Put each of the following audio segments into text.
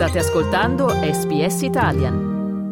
State ascoltando SBS Italian.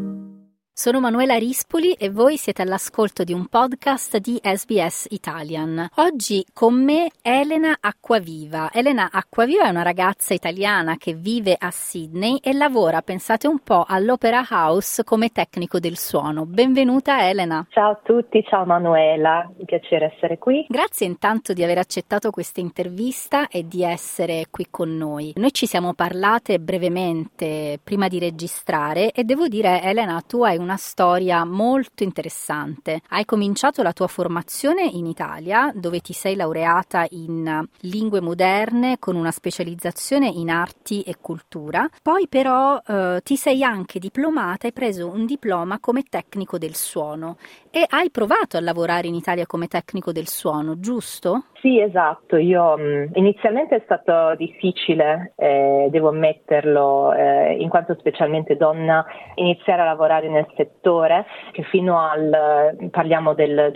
Sono Manuela Rispoli e voi siete all'ascolto di un podcast di SBS Italian. Oggi con me Elena Acquaviva. Elena Acquaviva è una ragazza italiana che vive a Sydney e lavora, pensate un po', all'Opera House come tecnico del suono. Benvenuta Elena. Ciao a tutti, ciao Manuela, un piacere essere qui. Grazie intanto di aver accettato questa intervista e di essere qui con noi. Noi ci siamo parlate brevemente prima di registrare e devo dire, Elena, tu hai una storia molto interessante. Hai cominciato la tua formazione in Italia, dove ti sei laureata in lingue moderne con una specializzazione in arti e cultura. Poi però ti sei anche diplomata, hai preso un diploma come tecnico del suono e hai provato a lavorare in Italia come tecnico del suono, giusto? Sì, esatto. Io inizialmente è stato difficile, devo ammetterlo, in quanto specialmente donna, iniziare a lavorare nel settore, che fino parliamo del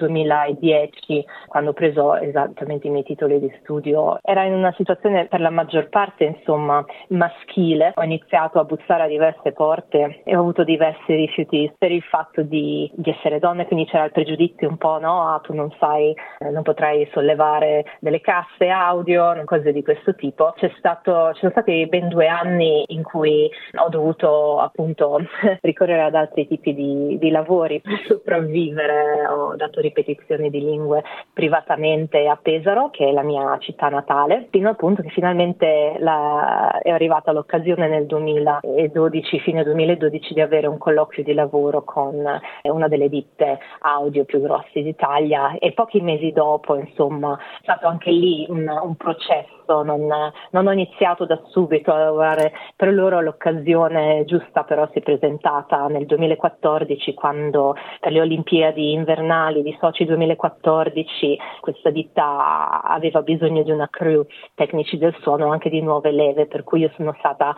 2010, quando ho preso esattamente i miei titoli di studio, era in una situazione per la maggior parte, insomma, maschile. Ho iniziato a bussare a diverse porte e ho avuto diversi rifiuti per il fatto di essere donna, quindi c'era il pregiudizio un po', no? Tu non sai, non potrai sollevare delle casse audio, cose di questo tipo. Ci sono stati ben 2 anni in cui ho dovuto appunto ricorrere ad altri tipi di lavori per sopravvivere. Ho dato ripetizioni di lingue privatamente a Pesaro, che è la mia città natale, fino appunto che finalmente è arrivata l'occasione nel 2012, fine 2012, di avere un colloquio di lavoro con una delle ditte audio più grosse d'Italia, e pochi mesi dopo, insomma, è stato anche lì un processo, non ho iniziato da subito a lavorare per loro. L'occasione giusta però si è presentata nel 2014, quando per le Olimpiadi invernali di Sochi 2014 questa ditta aveva bisogno di una crew tecnici del suono, anche di nuove leve, per cui io sono stata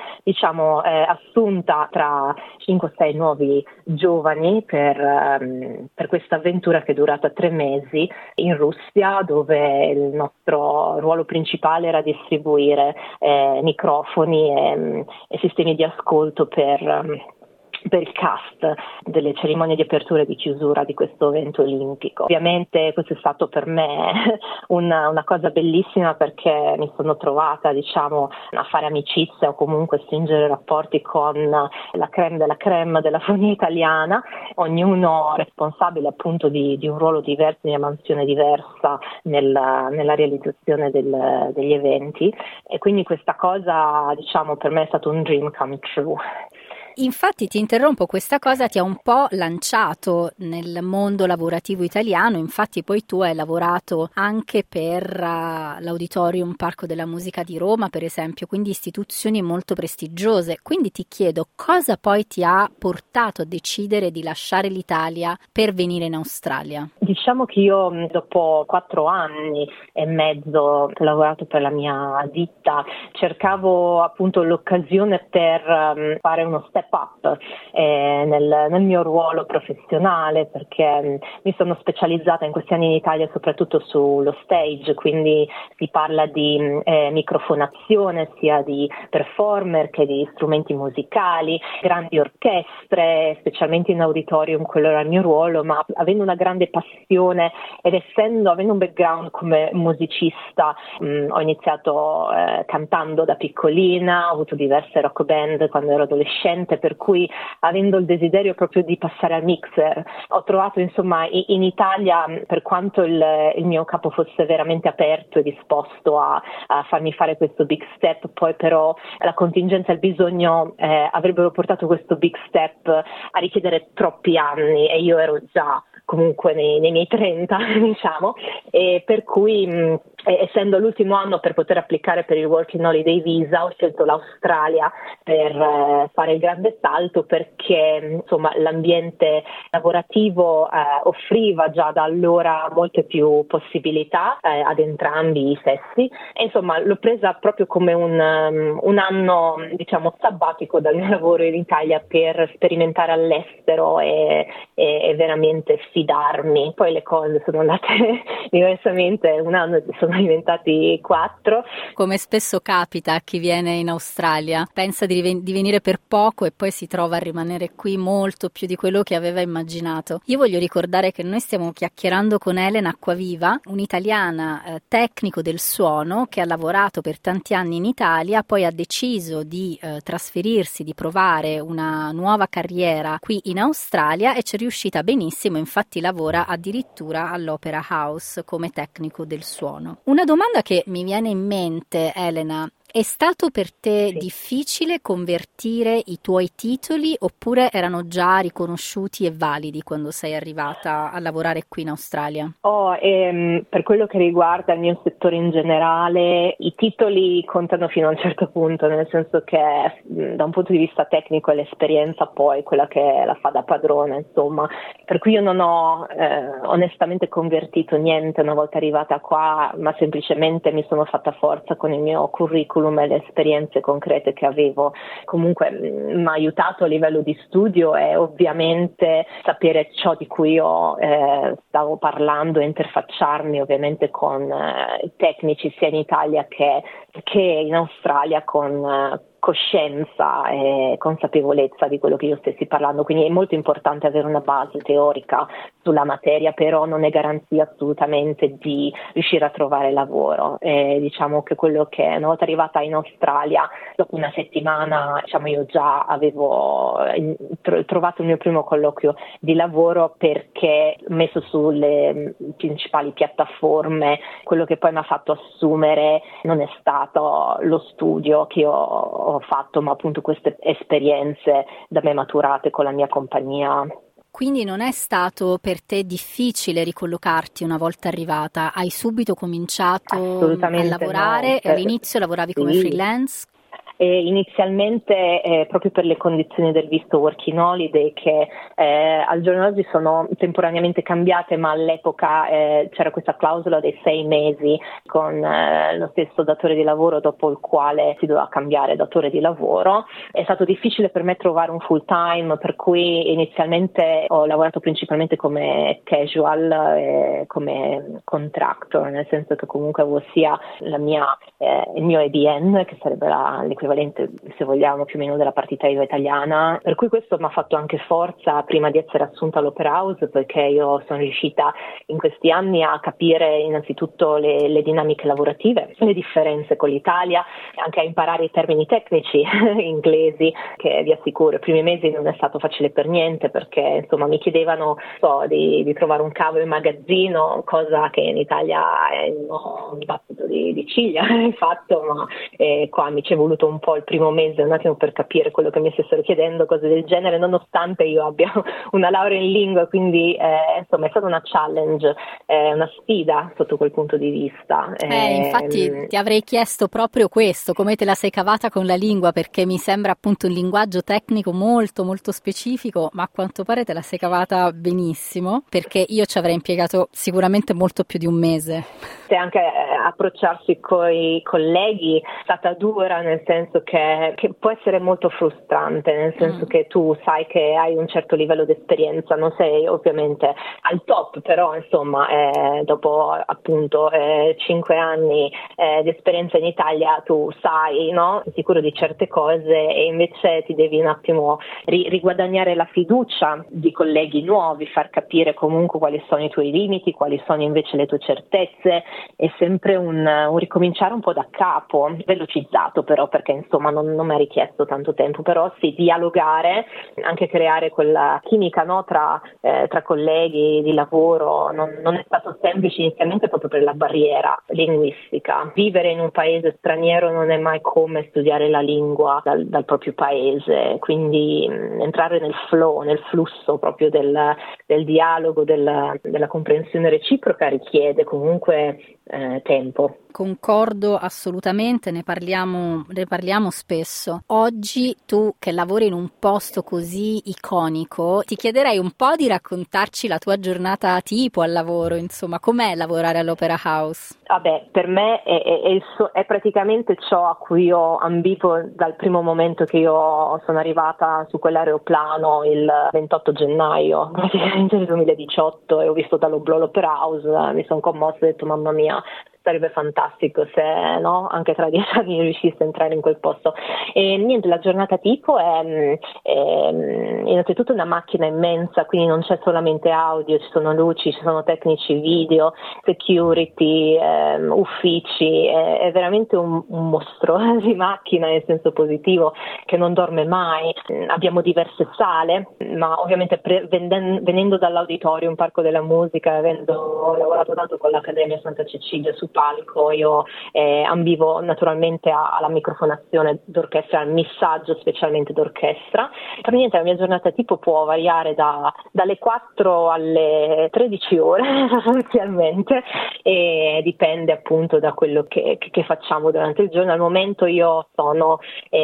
assunta tra 5-6 nuovi giovani per questa avventura che è durata 3 mesi in Russia, dove il nostro ruolo principale era distribuire microfoni e sistemi di ascolto per il cast delle cerimonie di apertura e di chiusura di questo evento olimpico. Ovviamente questo è stato per me una cosa bellissima, perché mi sono trovata, a fare amicizia o comunque stringere rapporti con la crème della crème della fonia italiana, ognuno responsabile appunto di un ruolo diverso, di una mansione diversa nella realizzazione degli eventi, e quindi questa cosa, per me è stato un dream come true. Infatti ti interrompo, questa cosa ti ha un po' lanciato nel mondo lavorativo italiano. Infatti poi tu hai lavorato anche per l'Auditorium Parco della Musica di Roma, per esempio, quindi istituzioni molto prestigiose. Quindi ti chiedo, cosa poi ti ha portato a decidere di lasciare l'Italia per venire in Australia? Diciamo che io dopo 4 anni e mezzo che ho lavorato per la mia ditta, cercavo appunto l'occasione per fare uno step up nel mio ruolo professionale, perché mi sono specializzata in questi anni in Italia soprattutto sullo stage, quindi si parla di microfonazione sia di performer che di strumenti musicali, grandi orchestre, specialmente in auditorium. Quello era il mio ruolo, ma avendo una grande passione ed avendo un background come musicista, ho iniziato cantando da piccolina, ho avuto diverse rock band quando ero adolescente, per cui avendo il desiderio proprio di passare al mixer, ho trovato insomma in Italia, per quanto il mio capo fosse veramente aperto e disposto a farmi fare questo big step, poi però la contingenza e il bisogno avrebbero portato questo big step a richiedere troppi anni, e io ero già comunque nei miei 30, e per cui essendo l'ultimo anno per poter applicare per il Working Holiday Visa, ho scelto l'Australia per fare il grande salto, perché insomma l'ambiente lavorativo offriva già da allora molte più possibilità ad entrambi i sessi, e insomma l'ho presa proprio come un anno sabbatico dal mio lavoro in Italia per sperimentare all'estero e veramente fidarmi. Poi le cose sono andate diversamente, un anno sono sono diventati 4. Come spesso capita a chi viene in Australia, pensa di venire per poco e poi si trova a rimanere qui molto più di quello che aveva immaginato. Io voglio ricordare che noi stiamo chiacchierando con Elena Acquaviva, un'italiana tecnico del suono che ha lavorato per tanti anni in Italia, poi ha deciso di trasferirsi, di provare una nuova carriera qui in Australia e ci è riuscita benissimo, infatti lavora addirittura all'Opera House come tecnico del suono. Una domanda che mi viene in mente, Elena: è stato per te difficile convertire i tuoi titoli oppure erano già riconosciuti e validi quando sei arrivata a lavorare qui in Australia? Per quello che riguarda il mio settore in generale, i titoli contano fino a un certo punto, nel senso che da un punto di vista tecnico è l'esperienza poi quella che la fa da padrona, insomma. Per cui io non ho onestamente convertito niente una volta arrivata qua, ma semplicemente mi sono fatta forza con il mio curriculum e le esperienze concrete che avevo. Comunque mi ha aiutato a livello di studio e ovviamente sapere ciò di cui io stavo parlando e interfacciarmi ovviamente con tecnici sia in Italia che in Australia con coscienza e consapevolezza di quello che io stessi parlando, quindi è molto importante avere una base teorica sulla materia, però non è garanzia assolutamente di riuscire a trovare lavoro. Diciamo che quello che una volta arrivata in Australia, dopo una settimana, diciamo, io già avevo trovato il mio primo colloquio di lavoro, perché messo sulle principali piattaforme, quello che poi mi ha fatto assumere non è stato lo studio che io ho fatto, ma appunto queste esperienze da me maturate con la mia compagnia. Quindi non è stato per te difficile ricollocarti una volta arrivata? Hai subito cominciato a lavorare? No. All'inizio lavoravi come freelance? Inizialmente proprio per le condizioni del visto working holiday, che al giorno d'oggi sono temporaneamente cambiate, ma all'epoca c'era questa clausola dei 6 mesi con lo stesso datore di lavoro, dopo il quale si doveva cambiare datore di lavoro. È stato difficile per me trovare un full time, per cui inizialmente ho lavorato principalmente come casual, come contractor, nel senso che comunque avevo sia il mio EBN, che sarebbe l'equivalente, se vogliamo, più o meno della partita IVA italiana, per cui questo mi ha fatto anche forza prima di essere assunta all'Opera House, perché io sono riuscita in questi anni a capire innanzitutto le dinamiche lavorative, le differenze con l'Italia, anche a imparare i termini tecnici inglesi, che vi assicuro i primi mesi non è stato facile per niente, perché insomma mi chiedevano di trovare un cavo in magazzino, cosa che in Italia è un battito di ciglia fatto, ma qua mi ci è voluto un po' il primo mese un attimo per capire quello che mi stessero chiedendo, cose del genere, nonostante io abbia una laurea in lingua, quindi insomma è stata una challenge, una sfida sotto quel punto di vista. Infatti ti avrei chiesto proprio questo, come te la sei cavata con la lingua, perché mi sembra appunto un linguaggio tecnico molto molto specifico, ma a quanto pare te la sei cavata benissimo, perché io ci avrei impiegato sicuramente molto più di un mese. E anche approcciarsi coi colleghi è stata dura, nel senso che può essere molto frustrante, nel senso che tu sai che hai un certo livello di esperienza, non sei ovviamente al top, però insomma dopo appunto 5 anni di esperienza in Italia tu sai, no? Sei sicuro di certe cose, e invece ti devi un attimo riguadagnare la fiducia di colleghi nuovi, far capire comunque quali sono i tuoi limiti, quali sono invece le tue certezze. È sempre un ricominciare un po' da capo, velocizzato però, perché insomma non mi ha richiesto tanto tempo, però sì, dialogare, anche creare quella chimica, no, tra colleghi di lavoro, non è stato semplice inizialmente proprio per la barriera linguistica. Vivere in un paese straniero non è mai come studiare la lingua dal proprio paese, quindi entrare nel flow, nel flusso proprio del dialogo, della comprensione reciproca richiede comunque tempo. Concordo assolutamente, ne parliamo spesso. Oggi tu che lavori in un posto così iconico, ti chiederei un po' di raccontarci la tua giornata tipo al lavoro, insomma, com'è lavorare all'Opera House? Vabbè, per me è praticamente ciò a cui io ambivo dal primo momento che io sono arrivata su quell'aeroplano il 28 gennaio praticamente del 2018, e ho visto dall'Opera House, mi sono commossa e ho detto mamma mia, sarebbe fantastico se no, anche tra 10 anni riuscisse a entrare in quel posto. E niente, la giornata tipo è innanzitutto una macchina immensa, quindi non c'è solamente audio, ci sono luci, ci sono tecnici video, security, uffici, è veramente un mostro di macchina nel senso positivo, che non dorme mai. Abbiamo diverse sale, ma ovviamente venendo dall'Auditorium Parco della Musica, avendo lavorato tanto con l'Accademia Santa Cecilia su palco, io ambivo naturalmente alla microfonazione d'orchestra, al missaggio specialmente d'orchestra. Per niente, la mia giornata tipo può variare dalle 4 alle 13 ore sostanzialmente, e dipende appunto da quello che facciamo durante il giorno. Al momento io sono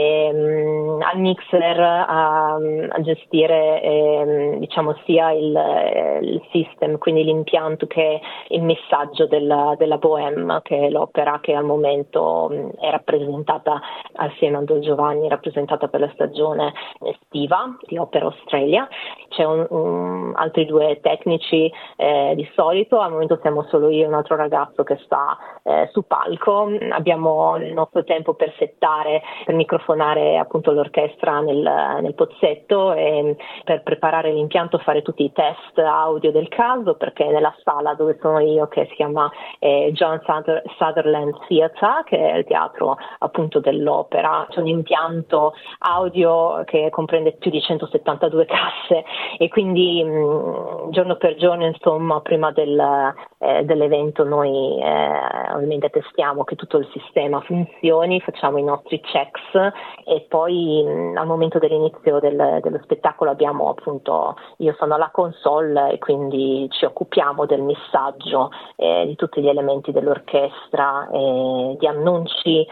al mixer a gestire diciamo sia il system, quindi l'impianto, che il messaggio della Bohème, che è l'opera che al momento è rappresentata assieme a Don Giovanni, rappresentata per la stagione estiva di Opera Australia. C'è altri 2 tecnici di solito, al momento siamo solo io e un altro ragazzo che sta su palco. Abbiamo il nostro tempo per settare, per microfonare appunto l'orchestra nel pozzetto, e per preparare l'impianto, fare tutti i test audio del caso, perché nella sala dove sono io, che si chiama John Sutherland Theatre, che è il teatro appunto dell'opera, c'è un impianto audio che comprende più di 172 casse, e quindi giorno per giorno, insomma, prima dell'evento noi ovviamente testiamo che tutto il sistema funzioni, facciamo i nostri checks, e poi al momento dell'inizio dello spettacolo abbiamo appunto, io sono alla console e quindi ci occupiamo del missaggio, di tutti gli elementi dell'orchestra, di annunci,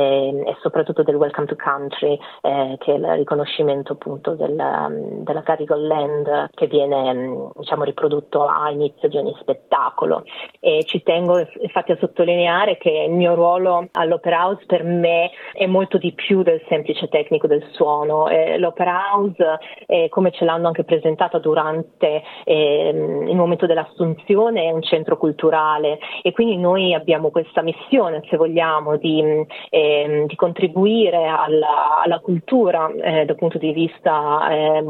e soprattutto del Welcome to Country, che è il riconoscimento appunto della Gadigal Land, che viene diciamo riprodotto all'inizio di ogni spettacolo. E ci tengo infatti a sottolineare che il mio ruolo all'Opera House per me è molto di più del semplice tecnico del suono. L'Opera House, come ce l'hanno anche presentata durante il momento dell'assunzione, è un centro culturale, e quindi noi abbiamo questa missione, se vogliamo, di contribuire alla cultura dal punto di vista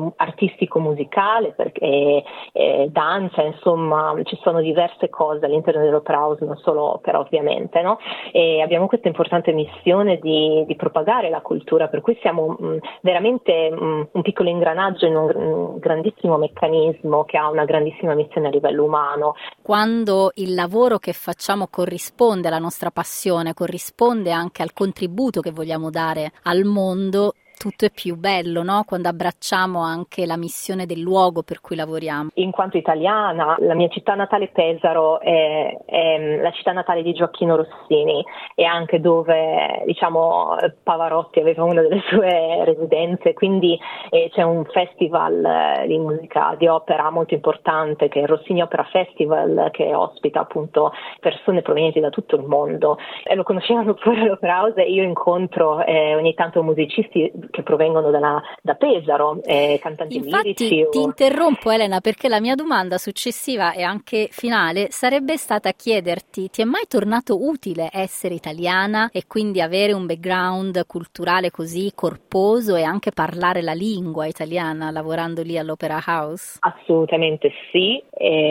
artistico-musicale, perché danza, insomma, ci sono diverse cose all'interno dell'Opera House, non solo opera ovviamente, no? E abbiamo questa importante missione di propagare la cultura, per cui siamo veramente un piccolo ingranaggio in un grandissimo meccanismo che ha una grandissima missione a livello umano. Quando il lavoro che facciamo corrisponde alla nostra passione, corrisponde anche al contributo che vogliamo dare al mondo, tutto è più bello, no? Quando abbracciamo anche la missione del luogo per cui lavoriamo. In quanto italiana, la mia città natale Pesaro è la città natale di Gioacchino Rossini, e anche dove, diciamo, Pavarotti aveva una delle sue residenze, quindi c'è un festival di musica, di opera molto importante, che è il Rossini Opera Festival, che ospita appunto persone provenienti da tutto il mondo, e lo conoscevano pure all'Opera House, e io incontro ogni tanto musicisti che provengono da Pesaro, cantanti lirici. Infatti ti interrompo, Elena, perché la mia domanda successiva e anche finale sarebbe stata chiederti: ti è mai tornato utile essere italiana e quindi avere un background culturale così corposo e anche parlare la lingua italiana lavorando lì all'Opera House? Assolutamente sì,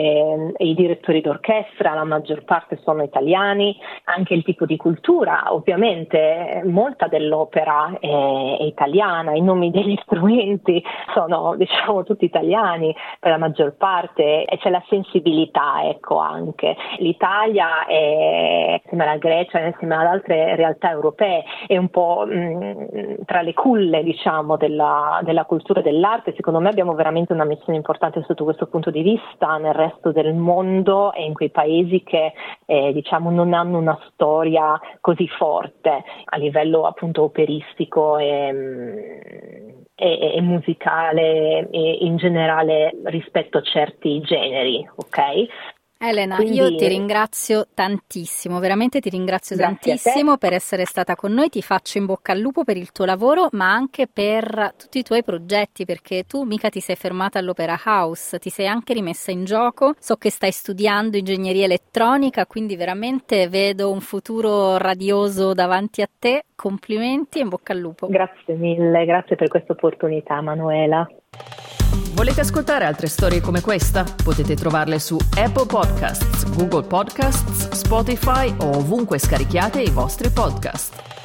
i direttori d'orchestra la maggior parte sono italiani, anche il tipo di cultura, ovviamente molta dell'opera è italiana, i nomi degli strumenti sono, diciamo, tutti italiani per la maggior parte, e c'è la sensibilità, ecco. Anche l'Italia è, insieme alla Grecia, insieme ad altre realtà europee, è un po' tra le culle, diciamo, della cultura e dell'arte. Secondo me abbiamo veramente una missione importante sotto questo punto di vista nel resto del mondo e in quei paesi che diciamo non hanno una storia così forte a livello appunto operistico e musicale, e in generale rispetto a certi generi, ok? Elena, io ti ringrazio tantissimo, veramente ti ringrazio tantissimo per essere stata con noi, ti faccio in bocca al lupo per il tuo lavoro, ma anche per tutti i tuoi progetti, perché tu mica ti sei fermata all'Opera House, ti sei anche rimessa in gioco, so che stai studiando ingegneria elettronica, quindi veramente vedo un futuro radioso davanti a te, complimenti e in bocca al lupo. Grazie mille, grazie per questa opportunità, Manuela. Volete ascoltare altre storie come questa? Potete trovarle su Apple Podcasts, Google Podcasts, Spotify o ovunque scarichiate i vostri podcast.